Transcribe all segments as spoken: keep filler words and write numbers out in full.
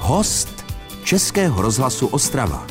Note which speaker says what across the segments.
Speaker 1: Host Českého rozhlasu Ostrava.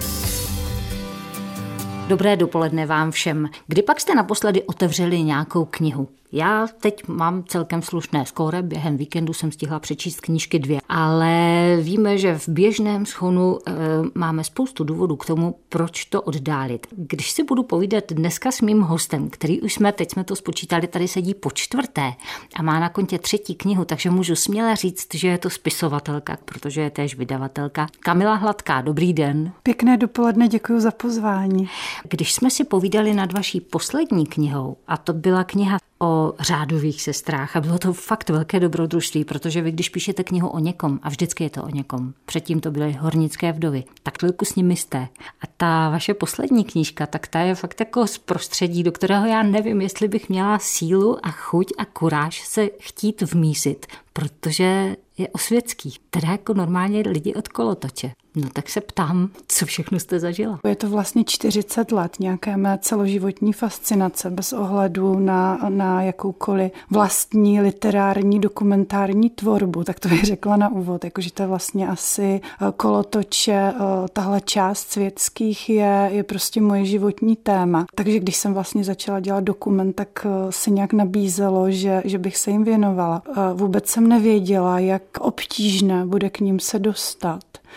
Speaker 2: Dobré dopoledne vám všem. Kdy pak jste naposledy otevřeli nějakou knihu? Já teď mám celkem slušné skóre, během víkendu jsem stihla přečíst knížky dvě, ale víme, že v běžném schonu e, máme spoustu důvodů k tomu, proč to oddálit. Když si budu povídat dneska s mým hostem, který už jsme, teď jsme to spočítali, tady sedí po čtvrté a má na kontě třetí knihu, takže můžu směle říct, že je to spisovatelka, protože je též vydavatelka. Kamila Hladká, dobrý den.
Speaker 3: Pěkné dopoledne, děkuji za pozvání.
Speaker 2: Když jsme si povídali nad vaší poslední knihou, a to byla kniha o řádových sestrách a bylo to fakt velké dobrodružství, protože vy, když píšete knihu o někom, a vždycky je to o někom, předtím to byly hornické vdovy, tak chvilku s nimi jste. A ta vaše poslední knížka, tak ta je fakt jako z prostředí, do kterého já nevím, jestli bych měla sílu a chuť a kuráž se chtít vmísit, protože je osvětský, teda jako normálně lidi od kolotoče. No tak se ptám, co všechno jste zažila?
Speaker 3: Je to vlastně čtyřicet let nějaké mé celoživotní fascinace bez ohledu na, na jakoukoliv vlastní literární dokumentární tvorbu, tak to bych řekla na úvod, jakože to je vlastně asi kolotoče, tahle část světských je, je prostě moje životní téma. Takže když jsem vlastně začala dělat dokument, tak se nějak nabízelo, že, že bych se jim věnovala. Vůbec jsem nevěděla, jak obtížné bude k ním se dostat,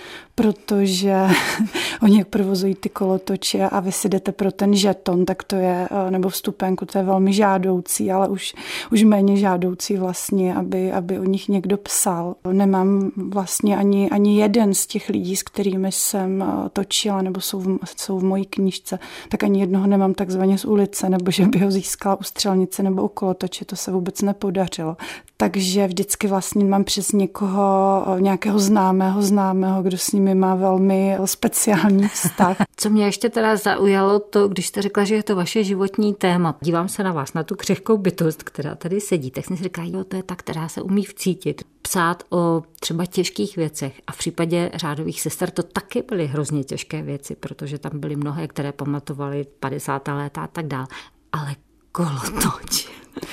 Speaker 3: protože oni jak provozují ty kolotoče a vy si jdete pro ten žeton, tak to je, nebo vstupenku, to je velmi žádoucí, ale už, už méně žádoucí vlastně, aby, aby o nich někdo psal. Nemám vlastně ani, ani jeden z těch lidí, s kterými jsem točila, nebo jsou v, jsou v mojí knížce, tak ani jednoho nemám takzvaně z ulice, nebo že by ho získala u střelnice nebo u kolotoče, to se vůbec nepodařilo. Takže vždycky vlastně mám přes někoho, nějakého známého, známého, kdo s nimi má velmi speciální vztah.
Speaker 2: Co mě ještě teda zaujalo, to, když jste řekla, že je to vaše životní téma. Dívám se na vás, na tu křehkou bytost, která tady sedí, tak jsem si říkala, jo, to je ta, která se umí vcítit. Psát o třeba těžkých věcech a v případě řádových sester to taky byly hrozně těžké věci, protože tam byly mnohé, které pamatovaly padesátá léta a tak dál. Ale kolotoč.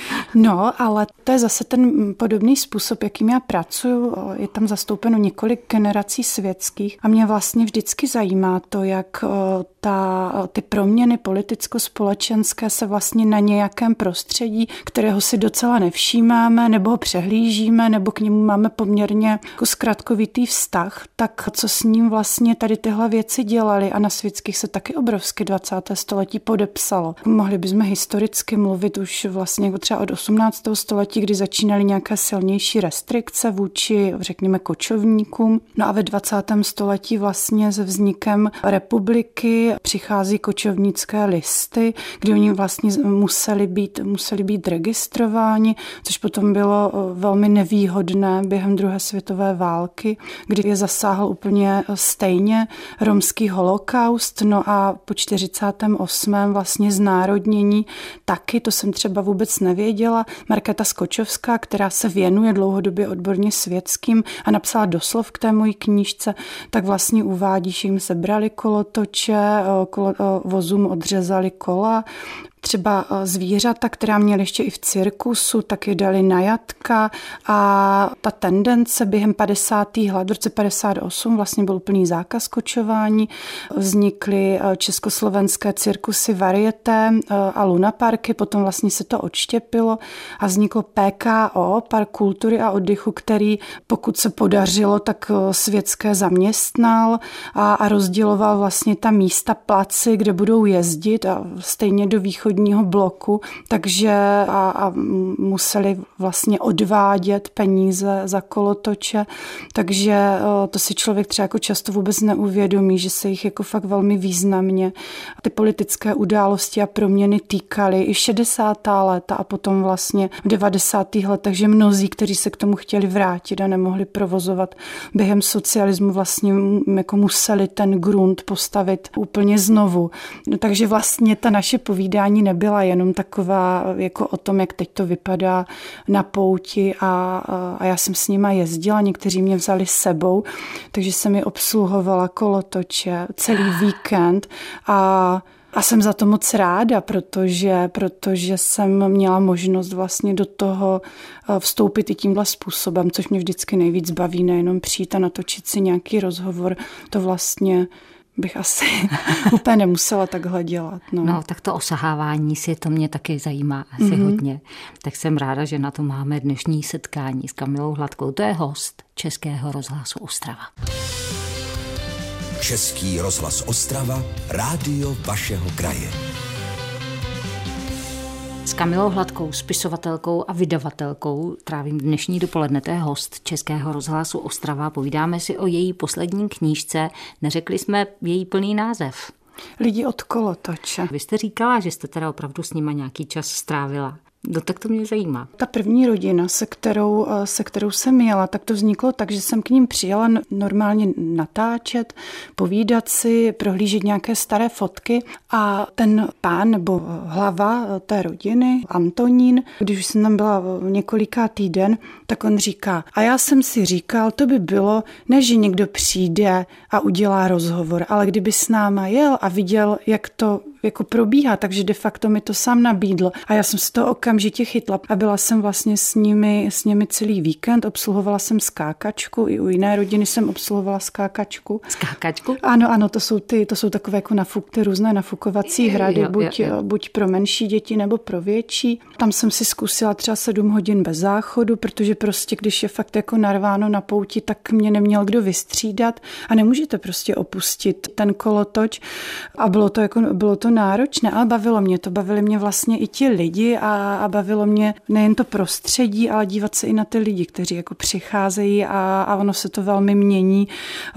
Speaker 3: No, ale to je zase ten podobný způsob, jakým já pracuji. Je tam zastoupeno několik generací světských a mě vlastně vždycky zajímá to, jak ta, ty proměny politicko-společenské se vlastně na nějakém prostředí, kterého si docela nevšímáme, nebo ho přehlížíme, nebo k němu máme poměrně jako zkratkovitý vztah, tak co s ním vlastně tady tyhle věci dělali a na světských se taky obrovsky dvacátého století podepsalo. Mohli bychom historicky mluvit už vlastně jako třeba od osmnáctého století, kdy začínaly nějaké silnější restrikce vůči, řekněme, kočovníkům. No a ve dvacátém století vlastně se vznikem republiky přichází kočovnické listy, kdy oni vlastně museli být, museli být registrováni, což potom bylo velmi nevýhodné během druhé světové války, kdy je zasáhl úplně stejně romský holokaust. No a po čtyřicátém osmém vlastně znárodnění taky, to jsem třeba vůbec nevěděla. Markéta Skočovská, která se věnuje dlouhodobě odborně světským a napsala doslov k té mojí knížce, tak vlastně uvádí, že jim sebrali kolotoče, kolo, vozům odřezali kola. Třeba zvířata, která měly ještě i v cirkusu, tak je dali na jatka a ta tendence během padesátých let, v roce padesát osm vlastně byl úplný zákaz kočování, vznikly československé cirkusy Varieté a lunaparky, potom vlastně se to odštěpilo a vzniklo P K O, Park kultury a oddychu, který pokud se podařilo, tak světské zaměstnal a, a rozděloval vlastně ta místa, placi, kde budou jezdit a stejně do východního bloku, takže a, a museli vlastně odvádět peníze za kolotoče, takže to si člověk třeba jako často vůbec neuvědomí, že se jich jako fakt velmi významně ty politické události a proměny týkaly i šedesátá léta a potom vlastně v devadesátých letech, že mnozí, kteří se k tomu chtěli vrátit a nemohli provozovat během socialismu, vlastně jako museli ten grunt postavit úplně znovu. No, takže vlastně ta naše povídání nebyla jenom taková jako o tom, jak teď to vypadá na pouti a, a já jsem s nima jezdila, někteří mě vzali s sebou, takže jsem je obsluhovala kolotoče celý víkend a A jsem za to moc ráda, protože, protože jsem měla možnost vlastně do toho vstoupit i tímhle způsobem, což mě vždycky nejvíc baví, nejenom přijít a natočit si nějaký rozhovor, to vlastně bych asi úplně nemusela takhle dělat. No.
Speaker 2: no, tak to osahávání si, to mě taky zajímá asi mm-hmm. hodně. Tak jsem ráda, že na to máme dnešní setkání s Kamilou Hladkou. To je host Českého rozhlasu Ostrava.
Speaker 1: Český rozhlas Ostrava, rádio vašeho kraje.
Speaker 2: S Kamilou Hladkou, spisovatelkou a vydavatelkou, trávím dnešní dopoledne, to je host Českého rozhlasu Ostrava. Povídáme si o její poslední knížce. Neřekli jsme její plný název.
Speaker 3: Lidi od kolotoče.
Speaker 2: Vy jste říkala, že jste teda opravdu s nima nějaký čas strávila. No tak to mě zajímá.
Speaker 3: Ta první rodina, se kterou, se kterou jsem jela, tak to vzniklo tak, že jsem k ním přijela normálně natáčet, povídat si, prohlížet nějaké staré fotky a ten pán nebo hlava té rodiny, Antonín, když už jsem tam byla několiká týden, tak on říká, a já jsem si říkal, to by bylo, ne, že někdo přijde a udělá rozhovor, ale kdyby s náma jel a viděl, jak to jako probíhá, takže de facto mi to sám nabídl. A já jsem se toho okamžitě chytla a byla jsem vlastně s nimi, s nimi celý víkend, obsluhovala jsem skákačku, i u jiné rodiny jsem obsluhovala skákačku.
Speaker 2: Skákačku?
Speaker 3: Ano, ano, to jsou ty, to jsou takové jako nafuk, ty různé nafukovací hrady, jo, buď, jo, jo. buď pro menší děti nebo pro větší. Tam jsem si zkusila třeba sedm hodin bez záchodu, protože prostě, když je fakt jako narváno na pouti, tak mě neměl kdo vystřídat a nemůžete prostě opustit ten kolotoč. A bylo to jako, bylo to náročné, ale bavilo mě to. Bavili mě vlastně i ti lidi a, a bavilo mě nejen to prostředí, ale dívat se i na ty lidi, kteří jako přicházejí a, a ono se to velmi mění,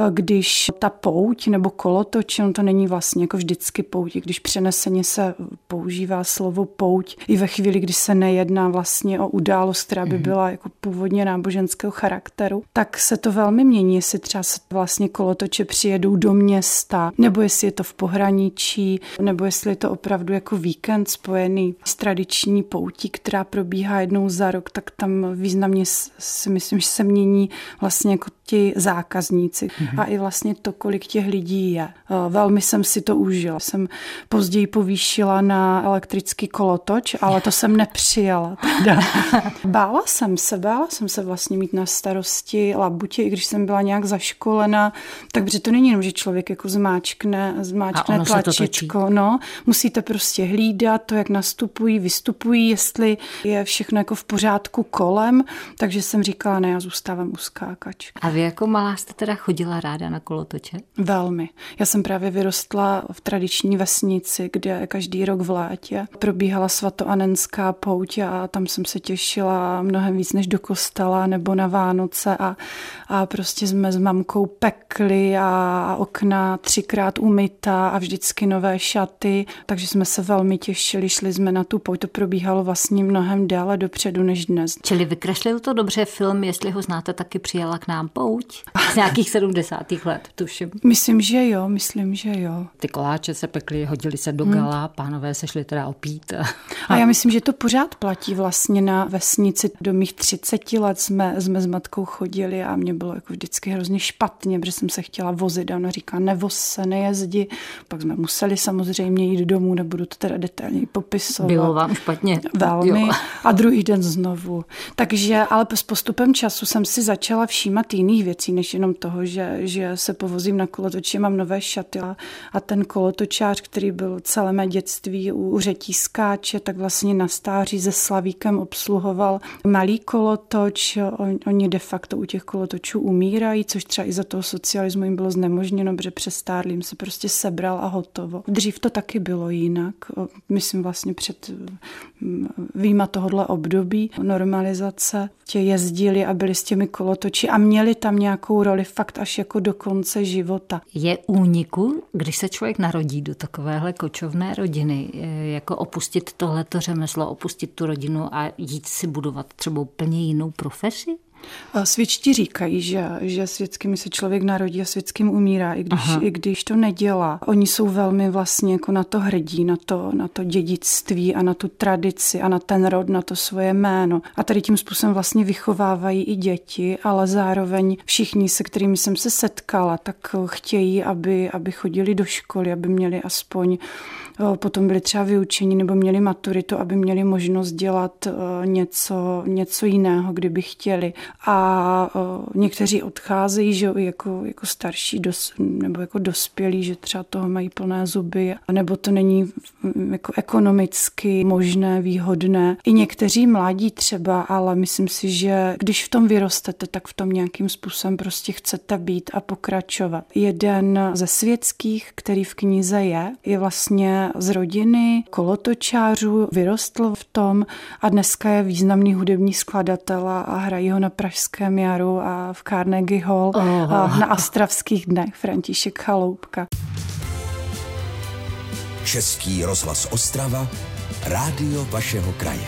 Speaker 3: když ta pouť nebo kolotoč, on to není vlastně jako vždycky pouť, když přeneseně se používá slovo pouť i ve chvíli, kdy se nejedná vlastně o událost, která by byla jako původně náboženského charakteru, tak se to velmi mění, jestli třeba se vlastně kolotoče přijedou do města, nebo jestli je to v pohraničí, nebo jestli je to opravdu jako víkend spojený s tradiční poutí, která probíhá jednou za rok, tak tam významně si myslím, že se mění vlastně jako ti zákazníci mm-hmm. a i vlastně to, kolik těch lidí je. Velmi jsem si to užila. Jsem později povýšila na elektrický kolotoč, ale to jsem nepřijala. Teda. Bála jsem se, bála jsem se vlastně mít na starosti labutě, i když jsem byla nějak zaškolena, tak protože to není jenom, že člověk jako zmáčkne, zmáčkne tlačítko. No, musíte prostě hlídat to, jak nastupují, vystupují, jestli je všechno jako v pořádku kolem, takže jsem říkala, ne, já zůstávám u skákačky.
Speaker 2: A vy jako malá jste teda chodila ráda na kolotoče?
Speaker 3: Velmi. Já jsem právě vyrostla v tradiční vesnici, kde každý rok v létě probíhala svatoanenská pouť a tam jsem se těšila mnohem víc než do kostela nebo na Vánoce a, a prostě jsme s mamkou pekli a okna třikrát umytá a vždycky nové šaty, takže jsme se velmi těšili, šli jsme na tu pouť, to probíhalo vlastně mnohem déle dopředu než dnes.
Speaker 2: Čili vykreslil to dobře film, jestli ho znáte, taky přijela k nám pouť z nějakých sedmdesátých let, tuším.
Speaker 3: Myslím, že jo, myslím, že jo.
Speaker 2: Ty koláče se pekly, hodili se do gala, hmm. pánové se šli teda opít. A...
Speaker 3: a já myslím, že to pořád platí vlastně na vesnici. Do mých třiceti let jsme, jsme s matkou chodili a mě bylo jako vždycky hrozně špatně, protože jsem se chtěla vozit a ona říká, nevoz se, nejezdi. Pak jsme museli samozřejmě jít domů, nebudu to teda detailně popisovat.
Speaker 2: Bylo vám špatně.
Speaker 3: Velmi.
Speaker 2: Jo.
Speaker 3: A druhý den znovu. Takže, ale s postupem času jsem si začala všímat jiných věcí, než jenom toho, že, že se povozím na kolotoči, mám nové šaty a, a ten kolotočář, který byl celé mé dětství u řetízkáče, tak vlastně na stáří se Slavíkem obsluhoval malý kolotoč. On, oni de facto u těch kolotočů umírají, což třeba i za toho socialismu jim bylo znemožněno, protože přestárli jim se prostě sebral a hotovo. Dřív to taky bylo jinak. Myslím vlastně před výjima tohohle období normalizace tě jezdili a byli s těmi kolotoči a měli tam nějakou roli fakt až jako do konce života.
Speaker 2: Je úniku, když se člověk narodí do takovéhle kočovné rodiny, jako opustit tohleto řemeslo, opustit tu rodinu a jít si budovat třeba úplně jinou profesi?
Speaker 3: Svědčtí říkají, že, že světskými se člověk narodí a světským umírá, i když, i když to nedělá. Oni jsou velmi vlastně jako na to hrdí, na to, na to dědictví a na tu tradici a na ten rod, na to svoje jméno. A tady tím způsobem vlastně vychovávají i děti, ale zároveň všichni, se kterými jsem se setkala, tak chtějí, aby, aby chodili do školy, aby měli aspoň potom byli třeba vyučení nebo měli maturitu, aby měli možnost dělat něco, něco jiného, kdyby chtěli. A někteří odcházejí, že jako, jako starší dos, nebo jako dospělí, že třeba toho mají plné zuby, nebo to není jako ekonomicky možné, výhodné. I někteří mladí třeba, ale myslím si, že když v tom vyrostete, tak v tom nějakým způsobem prostě chcete být a pokračovat. Jeden ze světských, který v knize je, je vlastně z rodiny kolotočářů, vyrostl v tom a dneska je významný hudební skladatel a hrají ho na Pražském jaru a v Carnegie Hall oh. a na Ostravských dnech, František Chaloupka.
Speaker 1: Český rozhlas Ostrava, rádio vašeho kraje.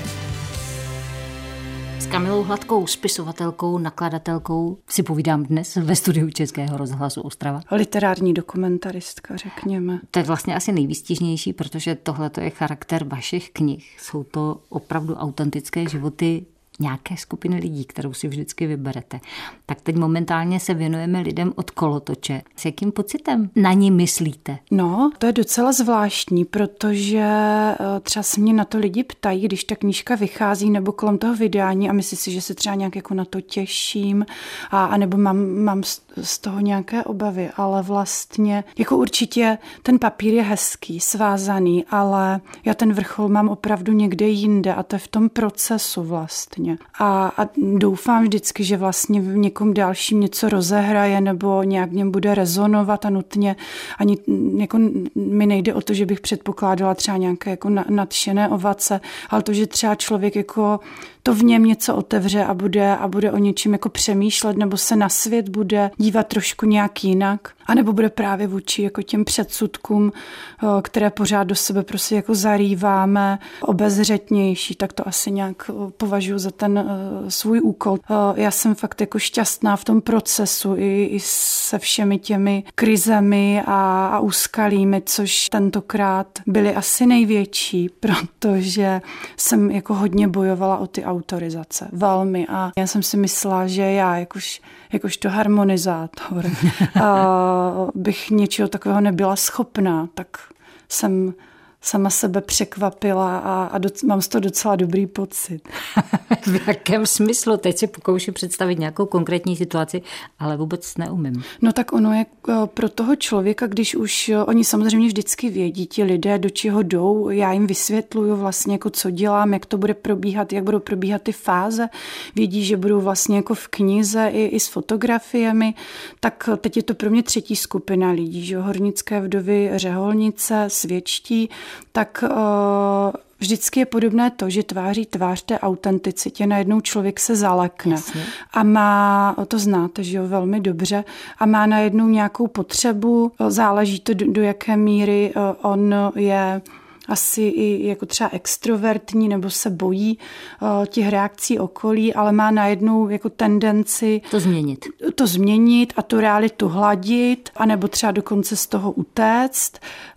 Speaker 2: S Kamilou Hladkou, spisovatelkou, nakladatelkou si povídám dnes ve studiu Českého rozhlasu Ostrava.
Speaker 3: Literární dokumentaristka, řekněme.
Speaker 2: To je vlastně asi nejvýstižnější, protože tohle je charakter vašich knih. Jsou to opravdu autentické životy nějaké skupiny lidí, kterou si vždycky vyberete. Tak teď momentálně se věnujeme lidem od kolotoče. S jakým pocitem na ní myslíte?
Speaker 3: No, to je docela zvláštní, protože třeba se mě na to lidi ptají, když ta knížka vychází nebo kolem toho vydání a myslí si, že se třeba nějak jako na to těším a, a nebo mám, mám z toho nějaké obavy, ale vlastně jako určitě ten papír je hezký, svázaný, ale já ten vrchol mám opravdu někde jinde a to je v tom procesu vlastně. A, a doufám vždycky, že vlastně v někom dalším něco rozehraje nebo nějak něm bude rezonovat a nutně ani jako mi nejde o to, že bych předpokládala třeba nějaké jako nadšené ovace, ale to, že třeba člověk jako to v něm něco otevře a bude, a bude o něčím jako přemýšlet nebo se na svět bude dívat trošku nějak jinak. A nebo bude právě vůči jako těm předsudkům, které pořád do sebe prostě jako zarýváme, obezřetnější, tak to asi nějak považuji za ten svůj úkol. Já jsem fakt jako šťastná v tom procesu i, i se všemi těmi krizemi a, a úskalími, což tentokrát byly asi největší, protože jsem jako hodně bojovala o ty autorizace. Velmi. A já jsem si myslela, že já jakož, jakožto harmonizátor bych něčeho takového nebyla schopná, tak jsem sama sebe překvapila a, a do, mám z toho docela dobrý pocit.
Speaker 2: V jakém smyslu? Teď si pokouším představit nějakou konkrétní situaci, ale vůbec neumím.
Speaker 3: No tak ono je pro toho člověka, když už oni samozřejmě vždycky vědí, ti lidé, do čeho jdou, já jim vysvětluju vlastně, jako co dělám, jak to bude probíhat, jak budou probíhat ty fáze, vědí, že budou vlastně jako v knize i, i s fotografiemi, tak teď je to pro mě třetí skupina lidí, že Hornické vdovy, řeholnice, svědčtí, tak uh, vždycky je podobné to, že tváří tvář té autenticitě, najednou člověk se zalekne. Jasně. A má, to znáte, že jo, velmi dobře, a má najednou nějakou potřebu, záleží to, do, do jaké míry uh, on je asi i jako třeba extrovertní nebo se bojí uh, těch reakcí okolí, ale má najednou jako tendenci
Speaker 2: to změnit.
Speaker 3: To změnit a tu realitu hladit, anebo třeba dokonce z toho utéct.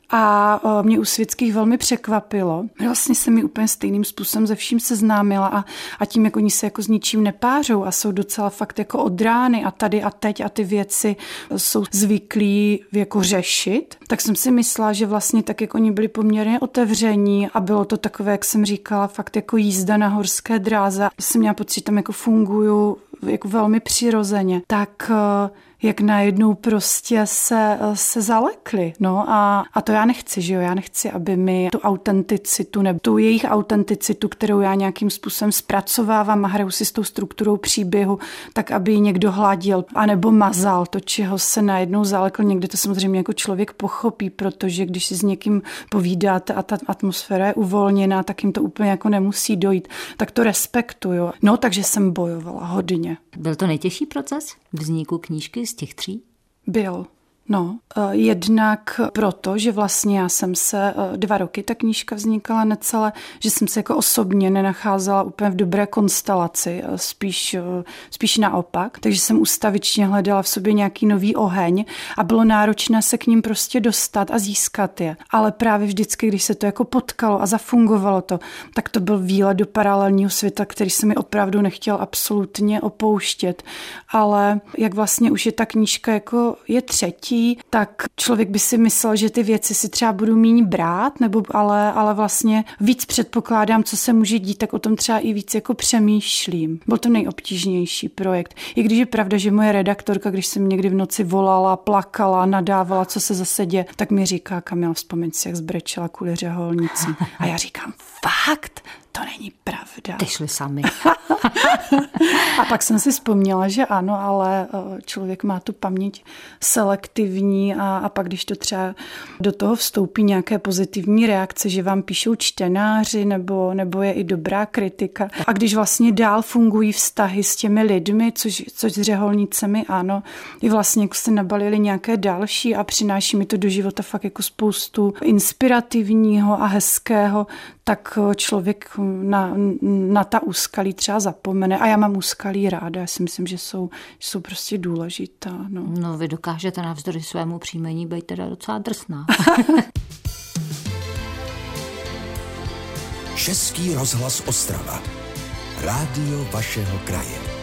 Speaker 3: A mě u Světských velmi překvapilo. Vlastně se mi úplně stejným způsobem se vším seznámila a, a tím, jak oni se jako s ničím nepářou a jsou docela fakt jako od rány a tady a teď a ty věci jsou zvyklí jako řešit, tak jsem si myslela, že vlastně tak, jak oni byli poměrně otevření a bylo to takové, jak jsem říkala, fakt jako jízda na horské dráze. Jsem měla pocit, že tam jako funguju jako velmi přirozeně. Tak jak najednou prostě se, se zalekli. No a, a to já nechci, že jo, já nechci, aby mi tu autenticitu, nebo tu jejich autenticitu, kterou já nějakým způsobem zpracovávám a hraju si s tou strukturou příběhu, tak aby ji někdo hladil, anebo mazal to, čeho se najednou zalekl. Někde to samozřejmě jako člověk pochopí, protože když si s někým povídáte a ta atmosféra je uvolněná, tak jim to úplně jako nemusí dojít. Tak to respektuju. No, takže jsem bojovala hodně.
Speaker 2: Byl to nejtěžší proces vzniku knížky z těch tří?
Speaker 3: Byl. No, jednak proto, že vlastně já jsem se dva roky, ta knížka vznikala necelé, že jsem se jako osobně nenacházela úplně v dobré konstelaci, spíš, spíš naopak. Takže jsem ustavičně hledala v sobě nějaký nový oheň a bylo náročné se k ním prostě dostat a získat je. Ale právě vždycky, když se to jako potkalo a zafungovalo to, tak to byl výlet do paralelního světa, který se mi opravdu nechtěl absolutně opouštět. Ale jak vlastně už je ta knížka jako je třetí, dětí, tak člověk by si myslel, že ty věci si třeba budu míň brát, nebo ale, ale vlastně víc předpokládám, co se může dít, tak o tom třeba i víc jako přemýšlím. Byl to nejobtížnější projekt. I když je pravda, že moje redaktorka, když jsem někdy v noci volala, plakala, nadávala, co se zase děje, tak mi říká: Kamila, vzpomeň si, jak zbrečela kvůli řeholnici. A já říkám: fakt? To není pravda.
Speaker 2: Ty šli sami.
Speaker 3: A pak jsem si vzpomněla, že ano, ale člověk má tu paměť selektivní a, a pak, když to třeba do toho vstoupí nějaké pozitivní reakce, že vám píšou čtenáři nebo, nebo je i dobrá kritika. A když vlastně dál fungují vztahy s těmi lidmi, což, což s řeholnicemi, ano, i vlastně jako se nabalili nějaké další a přináší mi to do života fakt jako spoustu inspirativního a hezkého, tak člověk na, na ta úskalí třeba zapomene. A já mám úskalí ráda, já si myslím, že jsou, že jsou prostě důležitá. No.
Speaker 2: no, vy dokážete navzdory svému příjmení být teda docela drsná.
Speaker 1: Český rozhlas Ostrava. Rádio vašeho kraje.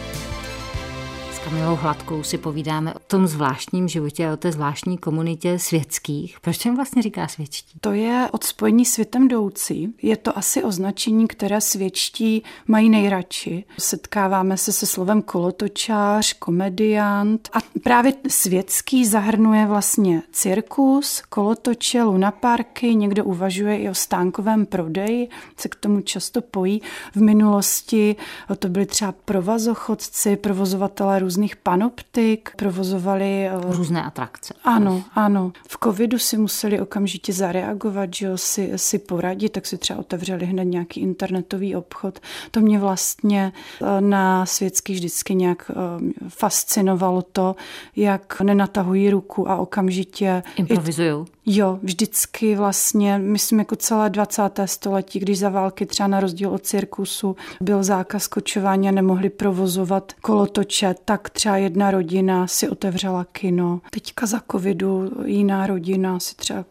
Speaker 2: S Kamilou Hladkou si povídáme o tom zvláštním životě a o té zvláštní komunitě světských. Proč jim vlastně říká světští?
Speaker 3: To je od spojení světem jdoucí. Je to asi označení, které světští mají nejradši. Setkáváme se se slovem kolotočář, komediant a právě světský zahrnuje vlastně cirkus, kolotoče, lunaparky, někdo uvažuje i o stánkovém prodeji, se k tomu často pojí. V minulosti to byly třeba provazochodci, provozovatelé různých panoptik, provozovali
Speaker 2: různé atrakce.
Speaker 3: Ano, ano. V covidu si museli okamžitě zareagovat, že jo, si, si poradit, tak si třeba otevřeli hned nějaký internetový obchod. To mě vlastně na světský vždycky nějak fascinovalo to, jak nenatahují ruku a okamžitě
Speaker 2: improvizujou.
Speaker 3: Jo, vždycky vlastně, myslím jako celé dvacáté století, když za války třeba na rozdíl od cirkusu byl zákaz kočování a nemohli provozovat kolotoče, tak třeba jedna rodina si otevřela kino. Teďka za covidu jiná rodina si třeba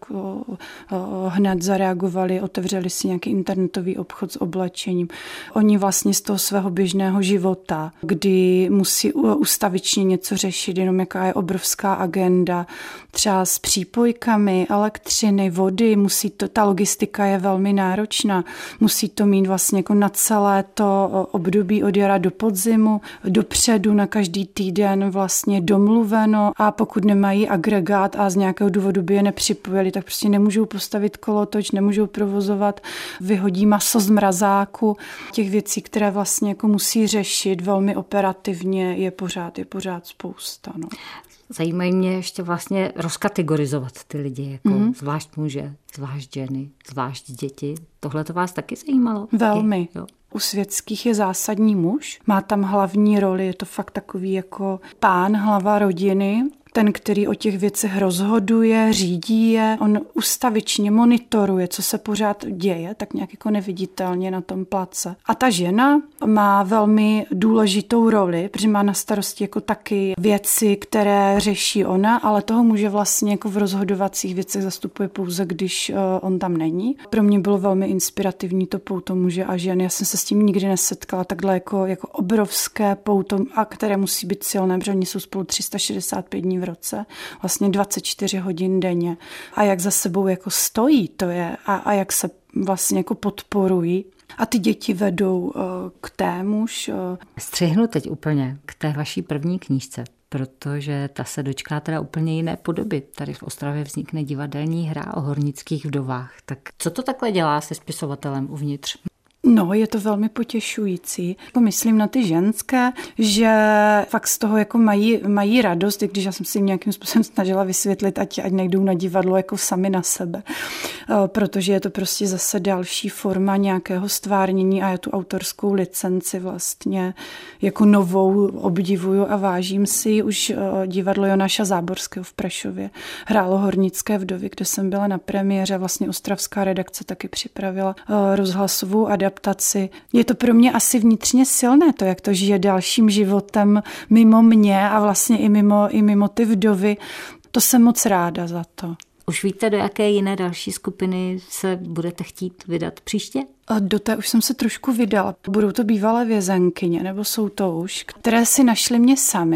Speaker 3: hned zareagovali, otevřeli si nějaký internetový obchod s oblečením. Oni vlastně z toho svého běžného života, kdy musí ustavičně něco řešit, jenom jaká je obrovská agenda, třeba s přípojkami, elektřiny, vody, musí to, ta logistika je velmi náročná, musí to mít vlastně jako na celé to období od jara do podzimu, dopředu na každý týden vlastně domluveno a pokud nemají agregát a z nějakého důvodu by je nepřipojili, tak prostě nemůžou postavit kolotoč, nemůžou provozovat, vyhodí maso z mrazáku. Těch věcí, které vlastně jako musí řešit velmi operativně, je pořád, je pořád spousta. No.
Speaker 2: Zajímají mě ještě vlastně rozkategorizovat ty lidi, jako mm-hmm. zvlášť muže, zvlášť ženy, zvlášť děti. Tohle to vás taky zajímalo?
Speaker 3: Velmi.
Speaker 2: Jo.
Speaker 3: U světských je zásadní muž, má tam hlavní roli, je to fakt takový jako pán, hlava rodiny, ten, který o těch věcech rozhoduje, řídí je, on ustavičně monitoruje, co se pořád děje, tak nějak jako neviditelně na tom place. A ta žena má velmi důležitou roli, protože má na starosti jako taky věci, které řeší ona, ale toho muže vlastně jako v rozhodovacích věcech zastupuje pouze, když on tam není. Pro mě bylo velmi inspirativní to pouto muže a žen. Já jsem se s tím nikdy nesetkala, takhle jako, jako obrovské pouto, a které musí být silné, protože oni jsou spolu tři sta šedesát pět dní v roce, vlastně dvacet čtyři hodin denně. A jak za sebou jako stojí, to je, a, a jak se vlastně jako podporují. A ty děti vedou uh, k témuž. Uh.
Speaker 2: Střihnu teď úplně k té vaší první knížce, protože ta se dočká teda úplně jiné podoby. Tady v Ostravě vznikne divadelní hra o hornických vdovách. Tak co to takhle dělá se spisovatelem uvnitř?
Speaker 3: No, je to velmi potěšující. Myslím na ty ženské, že fakt z toho jako mají, mají radost, když já jsem si jim nějakým způsobem snažila vysvětlit, ať, ať nejdou na divadlo jako sami na sebe. Protože je to prostě zase další forma nějakého stvárnění a já tu autorskou licenci vlastně jako novou obdivuju a vážím si. Už divadlo Jonáša Záborského v Prešově hrálo Hornické vdovy, kde jsem byla na premiéře. Vlastně ostravská redakce taky připravila rozhlasovou adaptaci. Je to pro mě asi vnitřně silné, to, jak to žije dalším životem mimo mě a vlastně i mimo, i mimo ty vdovy. To jsem moc ráda za to.
Speaker 2: Už víte, do jaké jiné další skupiny se budete chtít vydat příště?
Speaker 3: Do té už jsem se trošku vydala. Budou to bývalé vězenkyně, nebo jsou to už, které si našly mě sami.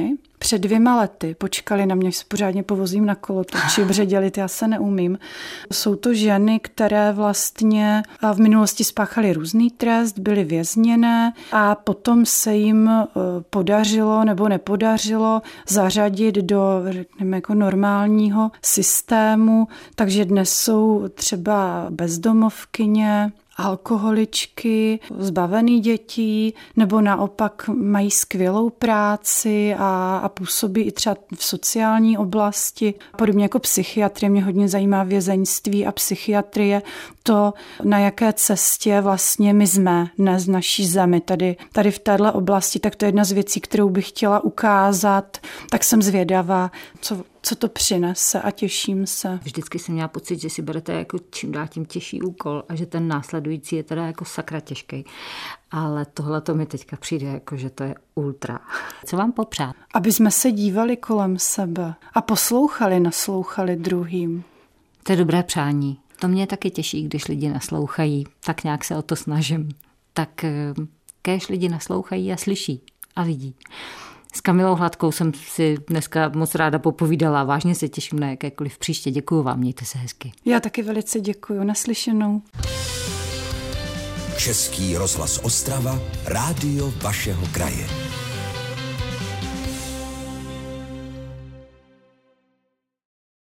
Speaker 3: před dvěma lety počkali na mě, že se pořádně povozím na kolotoči, protože dělit já se neumím. Jsou to ženy, které vlastně v minulosti spáchaly různý trest, byly vězněné a potom se jim podařilo nebo nepodařilo zařadit do, řekněme, jako normálního systému, takže dnes jsou třeba bezdomovkyně, alkoholičky, zbavený dětí, nebo naopak mají skvělou práci a, a působí i třeba v sociální oblasti. Podobně jako psychiatrie, mě hodně zajímá vězeňství a psychiatrie, to, na jaké cestě vlastně my jsme dnes v naší zemi, tady, tady v téhle oblasti, tak to je jedna z věcí, kterou bych chtěla ukázat, tak jsem zvědavá, co co to přinese a těším se.
Speaker 2: Vždycky jsem měla pocit, že si berete jako čím dál tím těžší úkol a že ten následující je teda jako sakra těžký. Ale tohle to mi teďka přijde jako, že to je ultra. Co vám popřát?
Speaker 3: Aby jsme se dívali kolem sebe a poslouchali, naslouchali druhým.
Speaker 2: To je dobré přání. To mě taky těší, když lidi naslouchají. Tak nějak se o to snažím. Tak kéž lidi naslouchají a slyší a vidí. S Kamilou Hladkou jsem si dneska moc ráda popovídala. Vážně se těším na jakékoliv příště. Děkuju vám, mějte se hezky.
Speaker 3: Já taky velice děkuju. Naslyšenou.
Speaker 1: Český rozhlas Ostrava, rádio vašeho kraje.